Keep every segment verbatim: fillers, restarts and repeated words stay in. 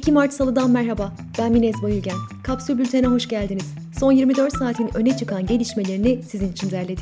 iki Mart Salı'dan merhaba. Ben Minez Bayülgen. Kapsül Bülten'e hoş geldiniz. Son yirmi dört saatin öne çıkan gelişmelerini sizin için derledik.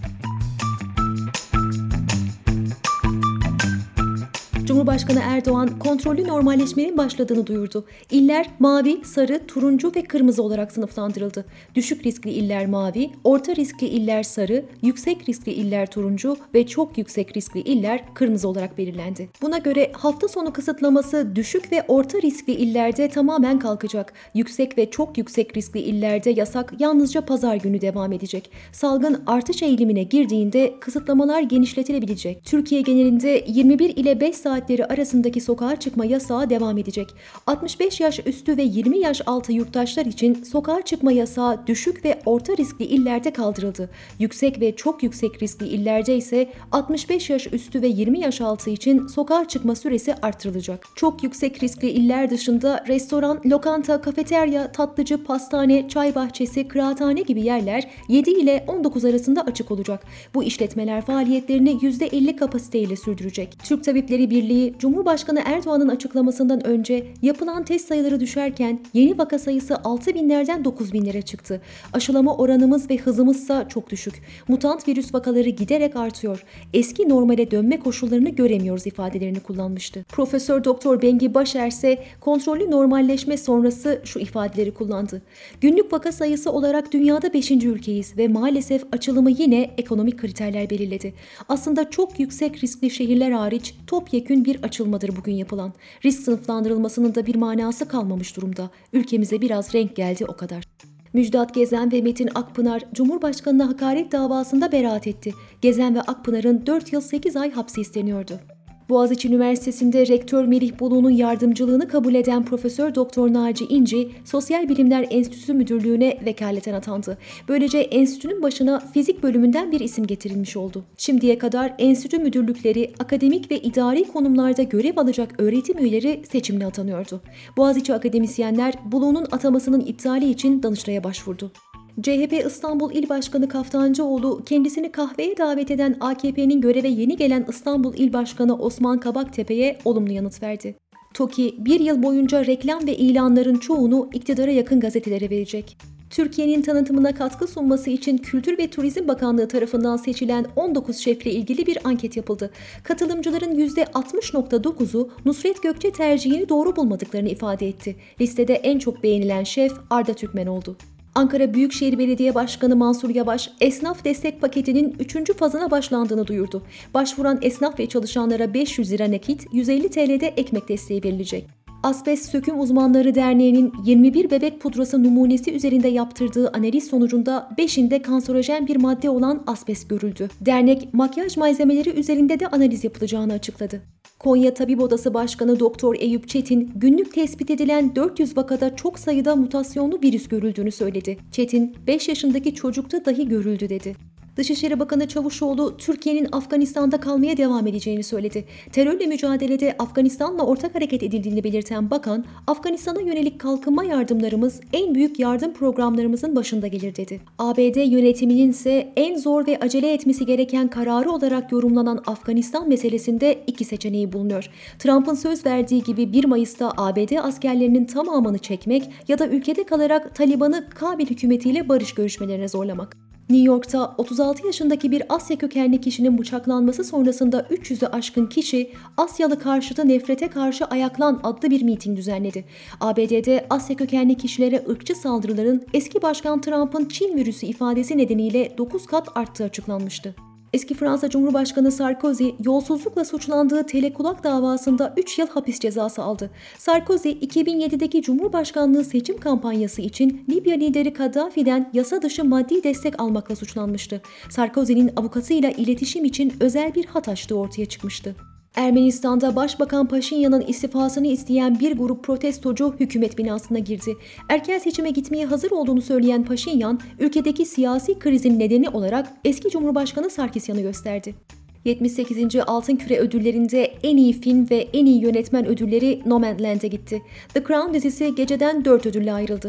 Cumhurbaşkanı Erdoğan kontrollü normalleşmenin başladığını duyurdu. İller mavi, sarı, turuncu ve kırmızı olarak sınıflandırıldı. Düşük riskli iller mavi, orta riskli iller sarı, yüksek riskli iller turuncu ve çok yüksek riskli iller kırmızı olarak belirlendi. Buna göre hafta sonu kısıtlaması düşük ve orta riskli illerde tamamen kalkacak. Yüksek ve çok yüksek riskli illerde yasak yalnızca pazar günü devam edecek. Salgın artış eğilimine girdiğinde kısıtlamalar genişletilebilecek. Türkiye genelinde yirmi bir ile beş saat arasındaki sokağa çıkma yasağı devam edecek. altmış beş yaş üstü ve yirmi yaş altı yurttaşlar için sokağa çıkma yasağı düşük ve orta riskli illerde kaldırıldı. Yüksek ve çok yüksek riskli illerde ise altmış beş yaş üstü ve yirmi yaş altı için sokağa çıkma süresi artırılacak. Çok yüksek riskli iller dışında restoran, lokanta, kafeterya, tatlıcı, pastane, çay bahçesi, kıraathane gibi yerler yedi ile on dokuz arasında açık olacak. Bu işletmeler faaliyetlerini yüzde elli kapasiteyle sürdürecek. Türk Tabipleri Birliği Cumhurbaşkanı Erdoğan'ın açıklamasından önce yapılan test sayıları düşerken yeni vaka sayısı altı binlerden dokuz binlere çıktı. Aşılama oranımız ve hızımızsa çok düşük. Mutant virüs vakaları giderek artıyor. Eski normale dönme koşullarını göremiyoruz ifadelerini kullanmıştı. Profesör Doktor Bengi Başer ise kontrollü normalleşme sonrası şu ifadeleri kullandı. Günlük vaka sayısı olarak dünyada beşinci ülkeyiz ve maalesef açılımı yine ekonomik kriterler belirledi. Aslında çok yüksek riskli şehirler hariç topyekün bir açılmadır bugün yapılan. Risk sınıflandırılmasının da bir manası kalmamış durumda. Ülkemize biraz renk geldi o kadar. Müjdat Gezen ve Metin Akpınar, Cumhurbaşkanı'na hakaret davasında beraat etti. Gezen ve Akpınar'ın dört yıl sekiz ay hapsi isteniyordu. Boğaziçi Üniversitesi'nde Rektör Melih Bulu'nun yardımcılığını kabul eden Profesör Doktor Naci İnci, Sosyal Bilimler Enstitüsü Müdürlüğü'ne vekaleten atandı. Böylece enstitünün başına fizik bölümünden bir isim getirilmiş oldu. Şimdiye kadar enstitü müdürlükleri, akademik ve idari konumlarda görev alacak öğretim üyeleri seçimle atanıyordu. Boğaziçi akademisyenler Bulu'nun atamasının iptali için Danıştay'a başvurdu. C H P İstanbul İl Başkanı Kaftancıoğlu kendisini kahveye davet eden A K P'nin göreve yeni gelen İstanbul İl Başkanı Osman Kabaktepe'ye olumlu yanıt verdi. TOKİ bir yıl boyunca reklam ve ilanların çoğunu iktidara yakın gazetelere verecek. Türkiye'nin tanıtımına katkı sunması için Kültür ve Turizm Bakanlığı tarafından seçilen on dokuz şefle ilgili bir anket yapıldı. Katılımcıların yüzde altmış virgül dokuzu Nusret Gökçe tercihini doğru bulmadıklarını ifade etti. Listede en çok beğenilen şef Arda Türkmen oldu. Ankara Büyükşehir Belediye Başkanı Mansur Yavaş, esnaf destek paketinin üçüncü fazına başlandığını duyurdu. Başvuran esnaf ve çalışanlara beş yüz lira nakit, yüz elli T L'de ekmek desteği verilecek. Asbest Söküm Uzmanları Derneği'nin yirmi bir bebek pudrası numunesi üzerinde yaptırdığı analiz sonucunda beşinde kanserojen bir madde olan asbest görüldü. Dernek, makyaj malzemeleri üzerinde de analiz yapılacağını açıkladı. Konya Tabip Odası Başkanı Doktor Eyüp Çetin, günlük tespit edilen dört yüz vakada çok sayıda mutasyonlu virüs görüldüğünü söyledi. Çetin, beş yaşındaki çocukta dahi görüldü dedi. Dışişleri Bakanı Çavuşoğlu, Türkiye'nin Afganistan'da kalmaya devam edeceğini söyledi. Terörle mücadelede Afganistan'la ortak hareket edildiğini belirten bakan, Afganistan'a yönelik kalkınma yardımlarımız en büyük yardım programlarımızın başında gelir dedi. A B D yönetiminin ise en zor ve acele etmesi gereken kararı olarak yorumlanan Afganistan meselesinde iki seçeneği bulunuyor. Trump'ın söz verdiği gibi bir Mayıs'ta A B D askerlerinin tamamını çekmek ya da ülkede kalarak Taliban'ı Kabil hükümetiyle barış görüşmelerine zorlamak. New York'ta otuz altı yaşındaki bir Asya kökenli kişinin bıçaklanması sonrasında üç yüzü aşkın kişi Asyalı karşıtı nefrete karşı ayaklan adlı bir miting düzenledi. A B D'de Asya kökenli kişilere ırkçı saldırıların eski Başkan Trump'ın Çin virüsü ifadesi nedeniyle dokuz kat arttığı açıklanmıştı. Eski Fransa Cumhurbaşkanı Sarkozy, yolsuzlukla suçlandığı telekulak davasında üç yıl hapis cezası aldı. Sarkozy, iki bin yedideki Cumhurbaşkanlığı seçim kampanyası için Libya lideri Kaddafi'den yasa dışı maddi destek almakla suçlanmıştı. Sarkozy'nin avukatıyla iletişim için özel bir hat açtığı ortaya çıkmıştı. Ermenistan'da Başbakan Paşinyan'ın istifasını isteyen bir grup protestocu hükümet binasına girdi. Erken seçime gitmeye hazır olduğunu söyleyen Paşinyan, ülkedeki siyasi krizin nedeni olarak eski Cumhurbaşkanı Sarkisyan'ı gösterdi. yetmiş sekizinci Altın Küre ödüllerinde en iyi film ve en iyi yönetmen ödülleri Nomadland'e gitti. The Crown dizisi geceden dört ödülle ayrıldı.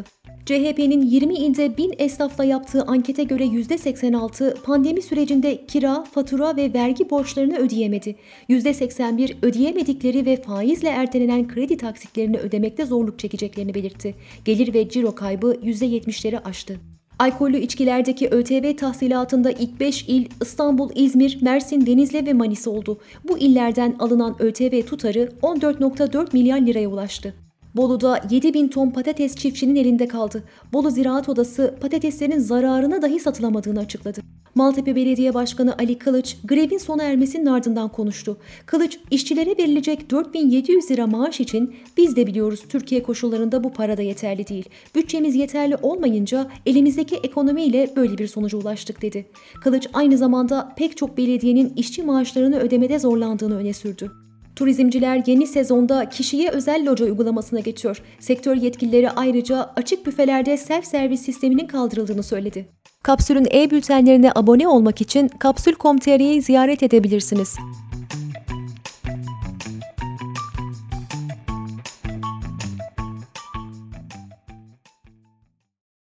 C H P'nin yirmi ilde bin esnafla yaptığı ankete göre yüzde seksen altı pandemi sürecinde kira, fatura ve vergi borçlarını ödeyemedi. yüzde seksen bir ödeyemedikleri ve faizle ertelenen kredi taksitlerini ödemekte zorluk çekeceklerini belirtti. Gelir ve ciro kaybı yüzde yetmişleri aştı. Alkollü içkilerdeki ÖTV tahsilatında ilk beş il İstanbul, İzmir, Mersin, Denizli ve Manisa oldu. Bu illerden alınan ÖTV tutarı on dört virgül dört milyar liraya ulaştı. Bolu'da yedi bin ton patates çiftçinin elinde kaldı. Bolu Ziraat Odası patateslerin zararına dahi satılamadığını açıkladı. Maltepe Belediye Başkanı Ali Kılıç, grevin sona ermesinin ardından konuştu. Kılıç, işçilere verilecek dört bin yedi yüz lira maaş için biz de biliyoruz Türkiye koşullarında bu para da yeterli değil. Bütçemiz yeterli olmayınca elimizdeki ekonomiyle böyle bir sonuca ulaştık dedi. Kılıç aynı zamanda pek çok belediyenin işçi maaşlarını ödemede zorlandığını öne sürdü. Turizmciler yeni sezonda kişiye özel loca uygulamasına geçiyor. Sektör yetkilileri ayrıca açık büfelerde self-servis sisteminin kaldırıldığını söyledi. Kapsül'ün e-bültenlerine abone olmak için kapsül nokta com nokta tr'yi ziyaret edebilirsiniz.